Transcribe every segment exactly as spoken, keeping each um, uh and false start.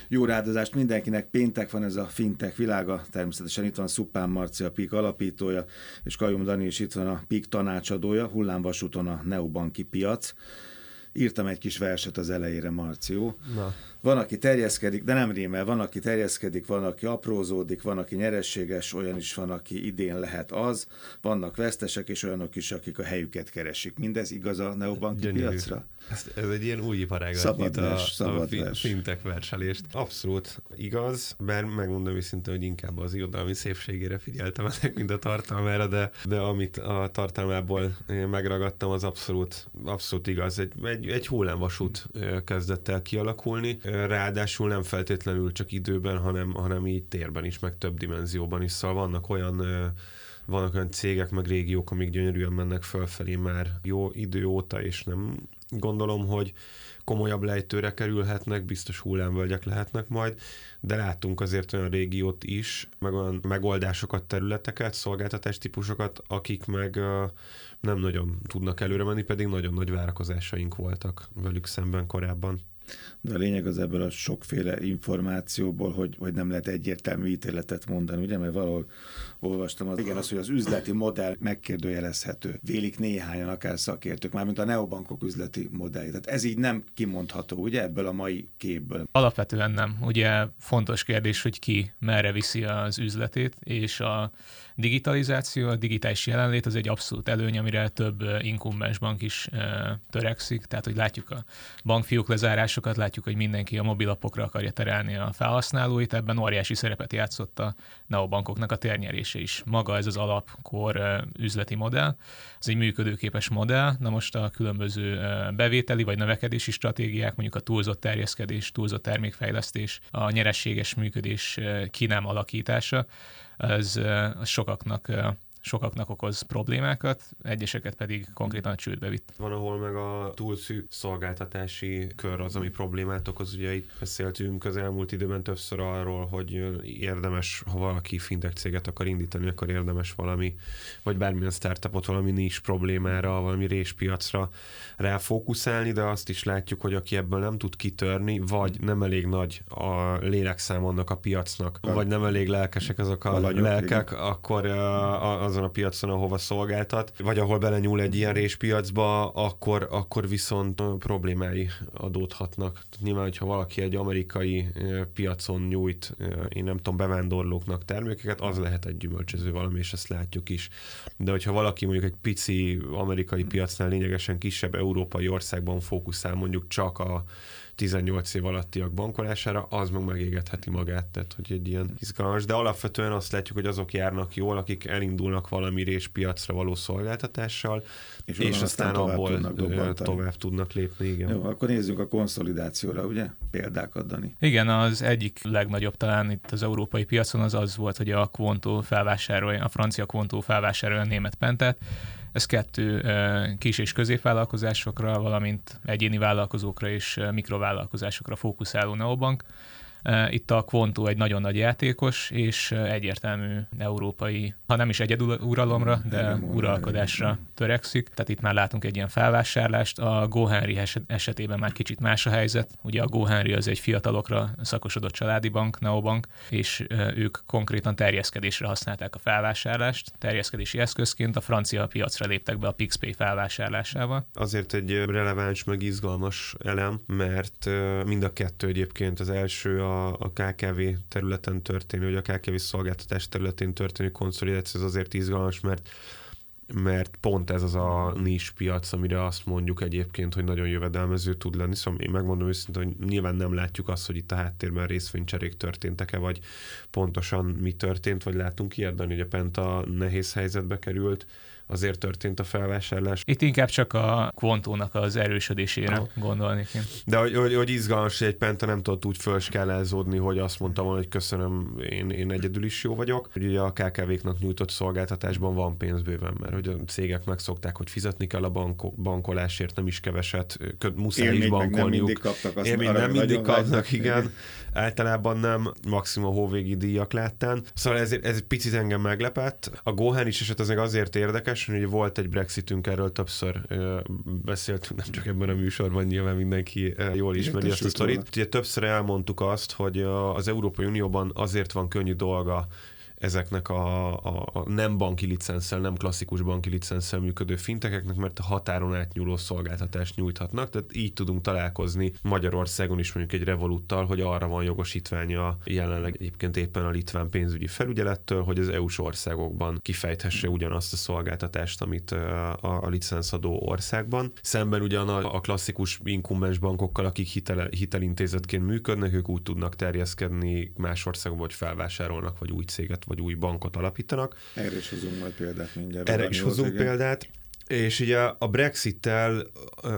Jó rádozást mindenkinek, péntek van, ez a fintech világa, természetesen itt van Szupán Marci, a pé i ká alapítója, és Kajum Dani is itt van, a pé i ká tanácsadója, hullámvasúton a neobanki piac. Írtam egy kis verset az elejére, Marció. Na. Van, aki terjeszkedik, de nem rímel, van, aki terjeszkedik, van, aki aprózódik, van, aki nyerességes, olyan is van, aki idén lehet az, vannak vesztesek, és olyanok is, akik a helyüket keresik. Mindez igaz a neobanki Gyönyörű. Piacra? Ez, ez egy ilyen új iparágat szabad nyit vers, a, a fintech verselést. Abszolút igaz, bár megmondom őszintén, hogy inkább az irodalmi szépségére figyeltem ennek, mint a tartalmára, de, de amit a tartalmából megragadtam, az abszolút, abszolút igaz. Egy, egy, egy hullámvasút kezdett el kialakulni, ráadásul nem feltétlenül csak időben, hanem, hanem így térben is, meg több dimenzióban is. Szóval vannak olyan, vannak olyan cégek, meg régiók, amik gyönyörűen mennek fölfelé már jó idő óta, és nem gondolom, hogy komolyabb lejtőre kerülhetnek, biztos hullámvölgyek lehetnek majd, de látunk azért olyan régiót is, meg olyan megoldásokat, területeket, szolgáltatástípusokat, akik meg nem nagyon tudnak előre menni, pedig nagyon nagy várakozásaink voltak velük szemben korábban. De a lényeg az ebből a sokféle információból, hogy, hogy nem lehet egyértelmű ítéletet mondani, ugye? Mert valahol olvastam, az, igen, az, hogy az üzleti modell megkérdőjelezhető. Vélik néhányan, akár szakértők, mármint a neobankok üzleti modell. Tehát ez így nem kimondható, ugye, ebből a mai képből. Alapvetően nem. Ugye fontos kérdés, hogy ki merre viszi az üzletét, és a digitalizáció, a digitális jelenlét az egy abszolút előny, amire több inkumbens bank is e, törekszik. Tehát, hogy látjuk a bankfiók lezárásokat, látjuk, hogy mindenki a mobilapokra akarja terelni a felhasználóit, ebben óriási szerepet játszott a neobankoknak a térnyerése is. Maga ez az alapkor e, üzleti modell, ez egy működőképes modell, na most a különböző e, bevételi vagy növekedési stratégiák, mondjuk a túlzott terjeszkedés, túlzott termékfejlesztés, a nyerességes működés e, ki nem alakítása, az, az sokaknak, sokaknak okoz problémákat, egyeseket pedig konkrétan a csődbe vitt. Van, ahol meg a túl szűk szolgáltatási kör az, ami problémát okoz. Ugye itt beszéltünk az elmúlt időben többször arról, hogy érdemes, ha valaki fintech céget akar indítani, akkor érdemes valami, vagy bármilyen startupot valami nincs problémára, valami réspiacra ráfókuszálni, de azt is látjuk, hogy aki ebből nem tud kitörni, vagy nem elég nagy a lélekszám annak a piacnak, vagy nem elég lelkesek azok a, a lanyok, lelkek, igen. Akkor a, azon a piacon, ahova szolgáltat, vagy ahol belenyúl egy ilyen réspiacba, akkor, akkor viszont problémái adódhatnak. Nyilván, hogyha valaki egy amerikai piacon nyújt, én nem tudom, bevándorlóknak termékeket, az lehet egy gyümölcsöző valami, és ezt látjuk is. De hogyha valaki mondjuk egy pici amerikai piacnál lényegesen kisebb európai országban fókuszál, mondjuk csak a tizennyolc év alattiak bankolására, az meg megégetheti magát, tehát hogy egy ilyen izgalmas, de alapvetően azt látjuk, hogy azok járnak jól, akik elindulnak valami réspiacra való szolgáltatással, és, és aztán tovább abból tudnak tovább tudnak lépni. Igen. Jó, akkor nézzünk a konszolidációra, ugye? Példákat, Dani. Igen, az egyik legnagyobb talán itt az európai piacon az az volt, hogy a Quonto felvásárolja, a francia Quonto felvásárolja a német Pentet. Ez kettő kis- és középvállalkozásokra, valamint egyéni vállalkozókra és mikrovállalkozásokra fókuszáló neobank. Itt a Quonto egy nagyon nagy játékos, és egyértelmű európai, ha nem is egyeduralomra, de uralkodásra törekszik. Tehát itt már látunk egy ilyen felvásárlást. A GoHenry esetében már kicsit más a helyzet. Ugye a GoHenry az egy fiatalokra szakosodott családi bank, neobank, és ők konkrétan terjeszkedésre használták a felvásárlást. Terjeszkedési eszközként a francia piacra léptek be a PixPay felvásárlásával. Azért egy releváns, meg izgalmas elem, mert mind a kettő egyébként az első a a ká ká vé területen történő, vagy a ká ká vé szolgáltatás területén történő konszolidáció az azért izgalmas, mert, mert pont ez az a nis piac, amire azt mondjuk egyébként, hogy nagyon jövedelmező tud lenni. Szóval én megmondom őszintén, hogy nyilván nem látjuk azt, hogy itt a háttérben részvénycserék történtek-e, vagy pontosan mi történt, vagy látunk ilyet, Dani, hogy a Penta nehéz helyzetbe került, azért történt a felvásárlás. Itt inkább csak a Quontónak az erősödésére ah. gondolnék én. De hogy, hogy, hogy izgalmas, hogy egy Penta nem tudott úgy fölskálázódni, hogy azt mondta volna, hogy köszönöm, én, én egyedül is jó vagyok. Hogy ugye a ká ká véknak nyújtott szolgáltatásban van pénz bőven, mert hogy a cégek megszokták, hogy fizetni kell a banko, bankolásért, nem is keveset, muszáj Élmény is bankolniuk. Nem mindig kaptak. Azt Élmény nem mindig kapnak, igen. Általában nem, maximum hóvégi díjak láttán. Szóval ez, ez egy picit engem meglepett. A GoHenry is eset az meg azért érdekes, szolgáltatás. Ugye volt egy Brexitünk, erről többször ö, beszéltünk, nem csak ebben a műsorban, nyilván mindenki ö, jól ismeri ezt a sztorit. Ugye többször elmondtuk azt, hogy az Európai Unióban azért van könnyű dolga ezeknek a, a, a nem banki licenszel, nem klasszikus banki licenszel működő fintekeknek, mert a határon átnyúló szolgáltatást nyújthatnak, tehát így tudunk találkozni Magyarországon is mondjuk egy Revoluttal, hogy arra van jogosítványa jelenleg egyébként éppen a litván pénzügyi felügyelettől, hogy az é u-s országokban kifejthesse ugyanazt a szolgáltatást, amit a, a licenszadó országban. Szemben ugyan a, a klasszikus inkumbens bankokkal, akik hitele, hitelintézetként működnek, ők úgy tudnak terjeszkedni más országokba, hogy felvásárolnak, vagy új céget, vagy új bankot alapítanak. Erre is hozunk majd példát mindjárt. Erre is hozunk igen. példát. És ugye a Brexittel uh,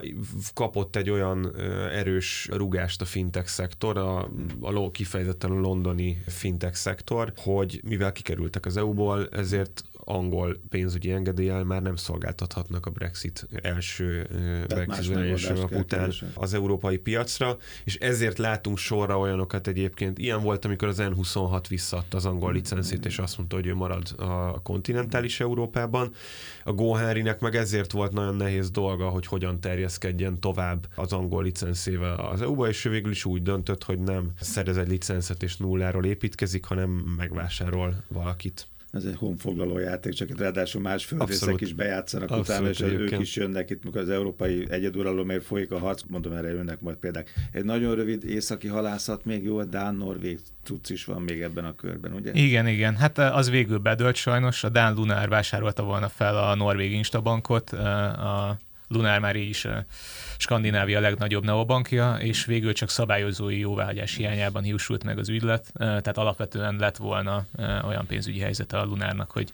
kapott egy olyan uh, erős rugást a fintech szektor, a, a kifejezetten a londoni fintech szektor, hogy mivel kikerültek az é u-ból, ezért angol pénzügyi engedéllyel már nem szolgáltathatnak a Brexit első uh, Brexit első nap után az európai piacra, és ezért látunk sorra olyanokat egyébként. Ilyen volt, amikor az en huszonhat visszaadta az angol licenszét, és azt mondta, hogy ő marad a kontinentális Európában. A GoHenrynek meg ezért volt nagyon nehéz dolga, hogy hogyan terjeszkedjen tovább az angol licenszével az é u-ba, és ő végül is úgy döntött, hogy nem szerez egy licenszet és nulláról építkezik, hanem megvásárol valakit. Ez egy honfoglaló játék, csak ráadásul más földrészek is bejátszanak utána, és egyébként ők is jönnek itt, mikor az európai egyeduralomért folyik a harc, mondom, erre jönnek majd példák. Egy nagyon rövid északi halászat, még jó, a dán-norvég cucc is van még ebben a körben, ugye? Igen, igen. Hát az végül bedölt sajnos. A dán Lunar vásárolta volna fel a norvég Instabankot, a Lunar már így is Skandinávia legnagyobb neobankja, és végül csak szabályozói jóváhagyás hiányában hiúsult meg az ügylet, tehát alapvetően lett volna olyan pénzügyi helyzete a Lunárnak, hogy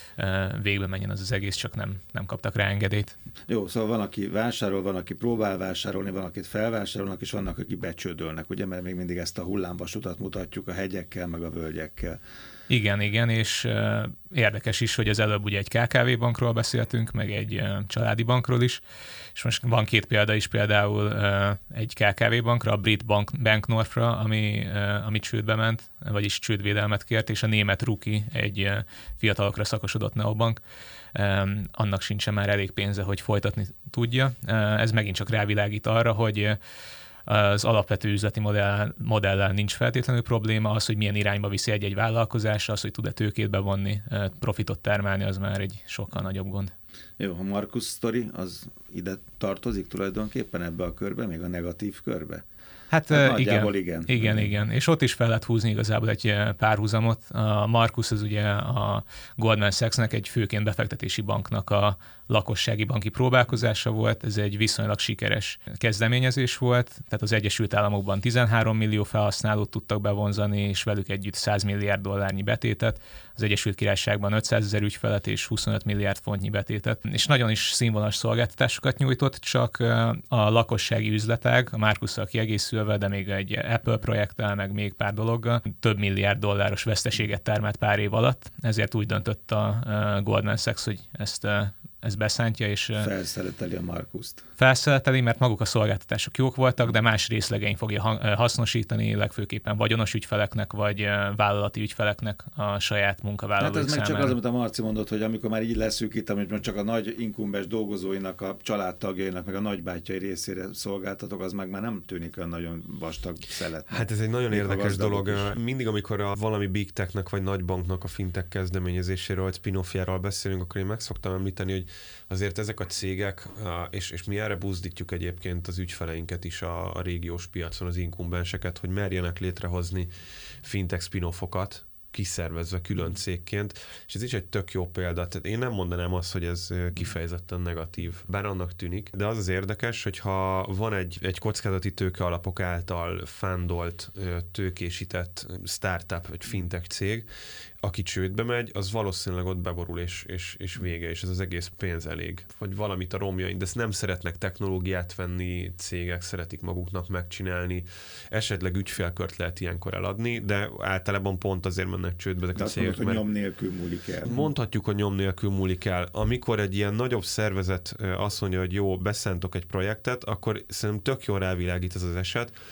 végbe menjen az az egész, csak nem, nem kaptak rá engedélyt. Jó, szóval van, aki vásárol, van, aki próbál vásárolni, van, akit felvásárolnak, és vannak, akik becsődölnek, ugye, mert még mindig ezt a hullámvasutat mutatjuk a hegyekkel, meg a völgyekkel. Igen, igen, és uh, érdekes is, hogy az előbb ugye egy ká ká vé bankról beszéltünk, meg egy uh, családi bankról is, és most van két példa is, például uh, egy ká ká vé bankra, a brit bank, Bank Northra, ami, uh, ami csődbe ment, vagyis csődvédelmet kért, és a német Ruki, egy uh, fiatalokra szakosodott neobank, um, annak sincsen már elég pénze, hogy folytatni tudja. Uh, ez megint csak rávilágít arra, hogy uh, az alapvető üzleti modell, modellel nincs feltétlenül probléma, az, hogy milyen irányba viszi egy-egy vállalkozás, az, hogy tud-e tőkét bevonni, profitot termelni, az már egy sokkal nagyobb gond. Jó, a Markus sztori, az ide tartozik tulajdonképpen ebbe a körbe, még a negatív körbe? Hát, hát igen, igen, igen, igen. És ott is fel lehet húzni igazából egy párhuzamot. A Markus az ugye a Goldman Sachsnek egy főként befektetési banknak a lakossági banki próbálkozása volt. Ez egy viszonylag sikeres kezdeményezés volt, tehát az Egyesült Államokban tizenhárom millió felhasználót tudtak bevonzani, és velük együtt száz milliárd dollárnyi betétet, az Egyesült Királyságban ötszázezer ügyfelet és huszonöt milliárd fontnyi betétet. És nagyon is színvonalas szolgáltatásokat nyújtott, csak a lakossági üzletág, a Markusszal kiegészülve, de még egy Apple projekttel, meg még pár dologgal, több milliárd dolláros veszteséget termelt pár év alatt, ezért úgy döntött a Goldman Sachs, hogy ezt ez beszántja, és felszeleteli a Markust. Felszeleteli, mert maguk a szolgáltatások jók voltak, de más részlegein fogja hasznosítani, legfőképpen vagyonos ügyfeleknek, vagy vállalati ügyfeleknek a saját munkavállalók számára. Hát ez számára. meg csak az, amit a Marci mondott, hogy amikor már így leszűkít, amit csak a nagy inkumbens dolgozóinak, a családtagjainak, meg a nagybátyai részére szolgáltatok, az meg már nem tűnik olyan nagyon vastag szeletnek. Hát ez egy nagyon érdekes dolog. Is. Mindig, amikor a valami big technek, vagy nagybanknak a fintech kezdeményezéséről, vagy spin-offjáról beszélünk, akkor én meg szoktam említeni, hogy azért ezek a cégek, és, és mi erre buzdítjuk egyébként az ügyfeleinket is a, a régiós piacon, az inkumbenseket, hogy merjenek létrehozni fintech spin-offokat, kiszervezve külön cégként, és ez is egy tök jó példa. Tehát én nem mondanám azt, hogy ez kifejezetten negatív, bár annak tűnik, de az az érdekes, hogyha van egy, egy kockázati tőke alapok által fundolt, tőkésített startup, egy fintech cég, aki csődbe megy, az valószínűleg ott beborul, és, és, és vége, és ez az egész pénz elég. Vagy valamit a romjain, de ezt nem szeretnek technológiát venni, cégek szeretik maguknak megcsinálni, esetleg ügyfélkört lehet ilyenkor eladni, de általában pont azért mennek csődbe ezek de a cégek. Mondod, hogy nyom nélkül múlik el. Mondhatjuk, hogy nyom nélkül múlik el. Amikor egy ilyen nagyobb szervezet azt mondja, hogy jó, beszántok egy projektet, akkor szerintem tök jól rávilágít ez az eset,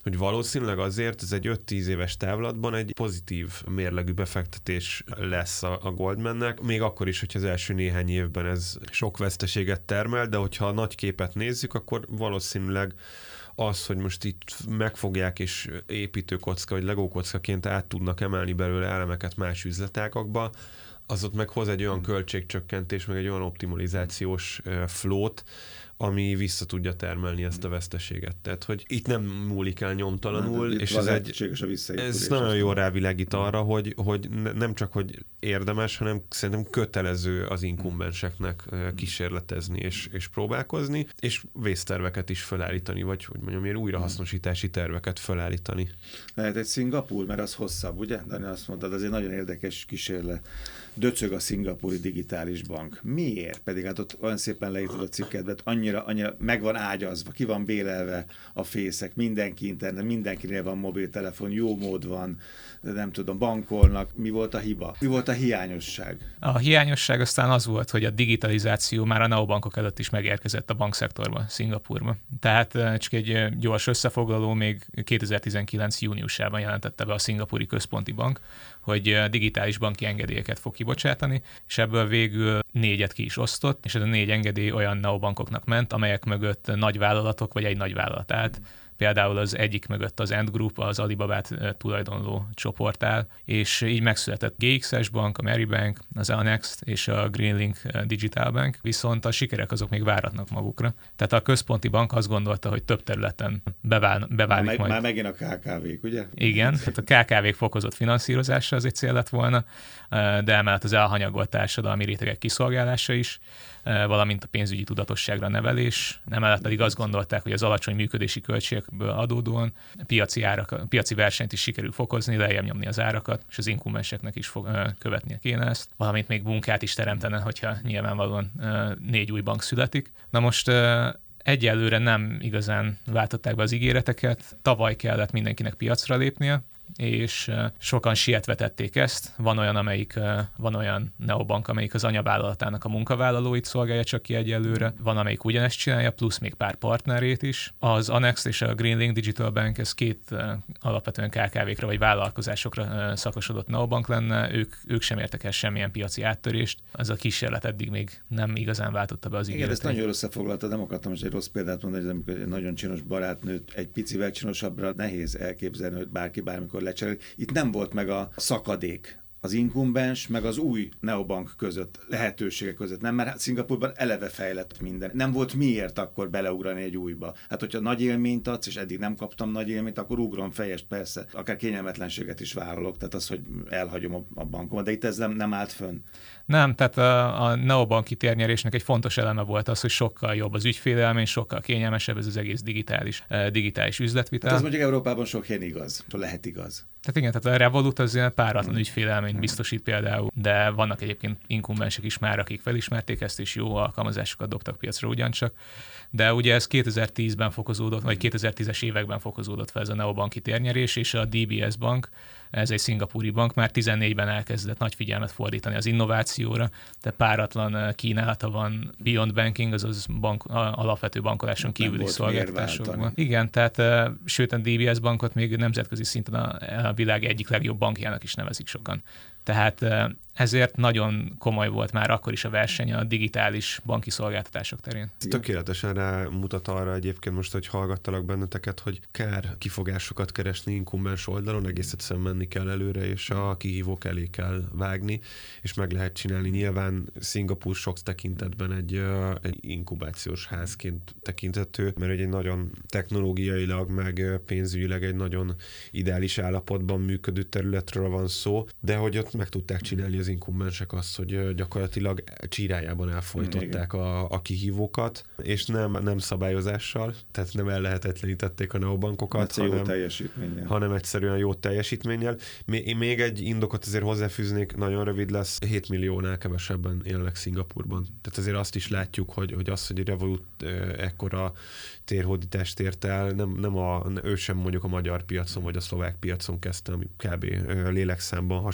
hogy valószínűleg azért ez egy öt-tíz éves távlatban egy pozitív mérlegű befektetés lesz a, a Goldmannek, még akkor is, hogyha az első néhány évben ez sok veszteséget termel, de hogyha a nagy képet nézzük, akkor valószínűleg az, hogy most itt megfogják és építőkocka vagy legókockaként át tudnak emelni belőle elemeket más üzletágakba, az ott meg hoz egy olyan költségcsökkentés, meg egy olyan optimalizációs flót, ami vissza tudja termelni ezt a veszteséget. Tehát, hogy itt nem múlik el nyomtalanul, Na, és ez egy, ez nagyon jól rávilágít arra, hogy, hogy nem csak, hogy érdemes, hanem szerintem kötelező az inkumbenseknek kísérletezni és, és próbálkozni, és vészterveket is felállítani, vagy hogy mondjam, ilyen újrahasznosítási terveket felállítani. Lehet egy Szingapúr, mert az hosszabb, ugye? Dani, azt mondtad, az egy nagyon érdekes kísérlet. Döcög a szingapúri digitális bank. Miért? Pedig hát ott olyan szépen leírtad a cikkedbe, annyira, annyira meg van ágyazva, ki van bélelve a fészek, mindenki internet, mindenkinél van mobiltelefon, jó mód van, nem tudom, bankolnak. Mi volt a hiba? Mi volt a hiányosság? A hiányosság aztán az volt, hogy a digitalizáció már a neobankok előtt is megérkezett a bankszektorba, Szingapúrba. Tehát csak egy gyors összefoglaló, még kétezer-tizenkilenc júniusában jelentette be a Szingapúri Központi Bank, hogy digitális banki engedélyeket fog kibocsátani, és ebből végül négyet ki is osztott, és ez a négy engedély olyan neobankoknak ment, amelyek mögött nagy vállalatok vagy egy nagy vállalat állt. Például az egyik mögött az Ant Group, az Alibabát tulajdonló csoport áll, és így megszületett gé iksz es Bank, a Merribank, az Annext és a Greenlink Digital Bank, viszont a sikerek azok még váratnak magukra. Tehát a központi bank azt gondolta, hogy több területen bevál, beválik már, majd. Már megint a ká ká vék, ugye? Igen, tehát a ká ká vék fokozott finanszírozása az egy cél lett volna, de emellett az elhanyagolt társadalmi rétegek kiszolgálása is, valamint a pénzügyi tudatosságra nevelés. Emellett pedig azt gondolták, hogy az alacsony működési költségekből adódóan piaci, árak, piaci versenyt is sikerül fokozni, lejjebb nyomni az árakat, és az inkumbenseknek is fog, követnie kéne ezt. Valamint még munkát is teremtene, hogyha nyilvánvalóan négy új bank születik. Na most egyelőre nem igazán váltották be az ígéreteket. Tavaly kellett mindenkinek piacra lépnie, és sokan sietve tették ezt. Van olyan, amelyik, van olyan neobank, amelyik az anyavállalatának a munkavállalóit szolgálja csak ki egyelőre, van, amelyik ugyanezt csinálja, plusz még pár partnerét is. Az Annext és a Greenlink Digital Bank, ez két alapvetően ká ká vékra vagy vállalkozásokra szakosodott neobank lenne, ők, ők sem értek el semmilyen piaci áttörést. Ez a kísérlet eddig még nem igazán váltotta be az ígéretét. Igen, ezt nagyon összefoglalta, nem akartam most egy rossz példát mondani, hogy amikor egy nagyon csinos barátnőt egy picivel csinosabbra nehéz elképzelni, hogy bárki bármikor lecserél. Itt nem volt meg a szakadék az inkumbens, meg az új neobank között, lehetőségek között. Nem, mert Szingapúrban eleve fejlett minden. Nem volt miért akkor beleugrani egy újba. Hát, hogyha nagy élményt adsz, és eddig nem kaptam nagy élményt, akkor ugrom fejest, persze. Akár kényelmetlenséget is vállalok, tehát az, hogy elhagyom a, a bankomat, de itt ez nem, nem állt fönn. Nem, tehát a, a neobanki térnyerésnek egy fontos eleme volt az, hogy sokkal jobb az ügyfélélmény, sokkal kényelmesebb ez az egész digitális, digitális üzletvitel. Hát az mondjuk Európában sok helyen igaz, lehet igaz. Tehát igen, tehát a Revolut az ilyen páratlan ügyfélelményt biztosít például, de vannak egyébként inkumbensek is már, akik felismerték ezt, és jó alkalmazásokat dobtak piacra ugyancsak. De ugye ez kétezer-tízben fokozódott, vagy kétezer-tízes években fokozódott fel ez a neobanki térnyerés, és a dé bé es Bank, ez egy szingapúri bank, már tizennégyben elkezdett nagy figyelmet fordítani az innovációra, de páratlan kínálata van beyond banking, azaz bank, alapvető bankoláson kívüli szolgáltatásokban. Igen, tehát sőt a dé bé es Bankot még nemzetközi szinten a, a világ egyik legjobb bankjának is nevezik sokan. Tehát ezért nagyon komoly volt már akkor is a verseny a digitális banki szolgáltatások terén. Tökéletesen rámutat arra egyébként most, hogy hallgattalak benneteket, hogy kár kifogásokat keresni inkumbens oldalon, egész egyszerűen menni kell előre, és a kihívók elé kell vágni, és meg lehet csinálni. Nyilván Szingapúr sok tekintetben egy, egy inkubációs házként tekintető, mert egy nagyon technológiailag, meg pénzügyileg egy nagyon ideális állapotban működő területről van szó, de hogy ott meg tudták csinálni az inkumbensek azt, hogy gyakorlatilag csírájában elfojtották a, a kihívókat, és nem, nem szabályozással, tehát nem ellehetetlenítették a neobankokat, hanem, jó teljesítménnyel. hanem egyszerűen jó teljesítménnyel. Még egy indokot azért hozzáfűznék, nagyon rövid lesz, hét milliónál kevesebben élnek Szingapúrban. Tehát azért azt is látjuk, hogy, hogy az, hogy Revolut ekkora térhódítást ért el, nem, nem a, ő sem mondjuk a magyar piacon vagy a szlovák piacon kezdte, ami kb. Lélekszámban hasonló méret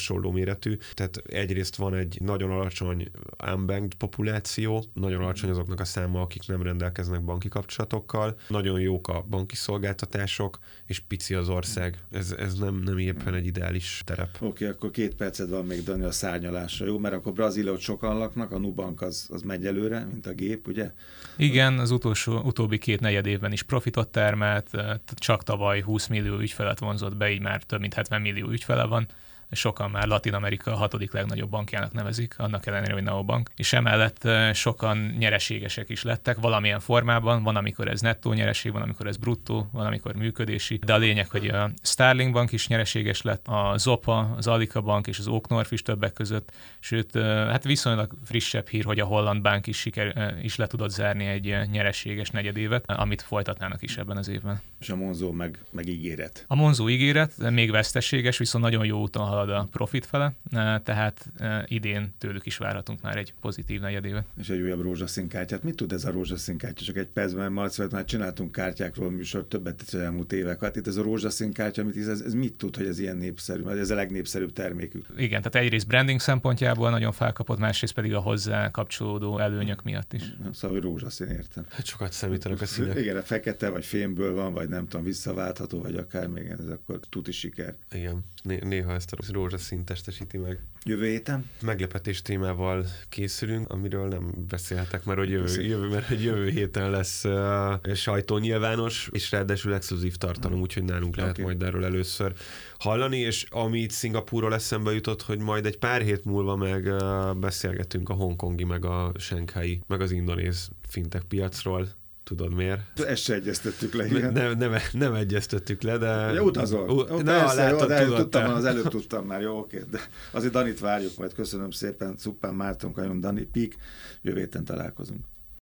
méretű. Tehát egyrészt van egy nagyon alacsony unbanked populáció, nagyon alacsony azoknak a száma, akik nem rendelkeznek banki kapcsolatokkal, nagyon jók a banki szolgáltatások, és pici az ország. Ez, ez nem, nem éppen egy ideális terep. Oké, okay, akkor két perced van még, Dani, a szárnyalásra, jó? Mert akkor Brazília, ott sokan laknak, a Nubank az, az megy előre, mint a gép, ugye? Igen, az utolsó, utóbbi két negyed évben is profitot termelt, csak tavaly húsz millió ügyfelet vonzott be, így már több mint hetven millió ügyfele van. Sokan már Latin-Amerika hatodik legnagyobb bankjának nevezik, annak ellenére, hogy Neobank. És emellett sokan nyereségesek is lettek valamilyen formában, van, amikor ez nettó nyereség, van, amikor ez bruttó, van, amikor működési. De a lényeg, hogy a Starling Bank is nyereséges lett, a Zopa, az Alika Bank és az Oak North is többek között, sőt, hát viszonylag frissebb hír, hogy a Holland Bank is, siker, is le tudott zárni egy nyereséges negyedévet, amit folytatnának is ebben az évben. És a Monzo meg, meg ígéret. A Monzo ígéret még veszteséges, viszont nagyon jó úton halad a profit fele, tehát idén tőlük is várhatunk már egy pozitív negyedévet. És egy újabb rózsaszín kártyát. Mit tud ez a rózsaszín kártya? Csak egy percben, Marci, már csináltunk kártyákról műsor többet az elmúlt évek. Hát itt ez a rózsaszín kártya, amit ez, ez mit tud, hogy ez ilyen népszerű? Ez a legnépszerűbb termékük. Igen, tehát egyrészt branding szempontjából nagyon felkapott, másrészt pedig a hozzá kapcsolódó előnyök miatt is. Szóval, hogy rózsaszín, értem. Hát sokat számítanak a színek. Igen, a fekete, vagy fémből van, vagy nem tudom, visszaváltható, vagy akár még ez akkor tuti siker. Igen, Né- néha ezt a rózsaszín testesíti meg. Jövő héten? Meglepetés témával készülünk, amiről nem beszélhetek, mert hogy jövő, jövő, mert hogy jövő héten lesz uh, sajtó nyilvános, és ráadásul exkluzív tartalom, úgyhogy nálunk lehet okay. majd erről először hallani, és ami itt Szingapúrról eszembe jutott, hogy majd egy pár hét múlva meg uh, beszélgetünk a hongkongi, meg a shanghai, meg az indonéz fintech piacról. Tudod miért? Ezt se egyeztettük le, igen. Nem, nem, nem egyeztettük le, de... Ja, utazol. U- Ó, na, persze, látod, jó, de tudod, tudtam, te. az előbb tudtam már, jó, oké. De azért Danit várjuk majd. Köszönöm szépen, Szuppán Márton, Kajom, Dani, Pik. Jövő héten találkozunk.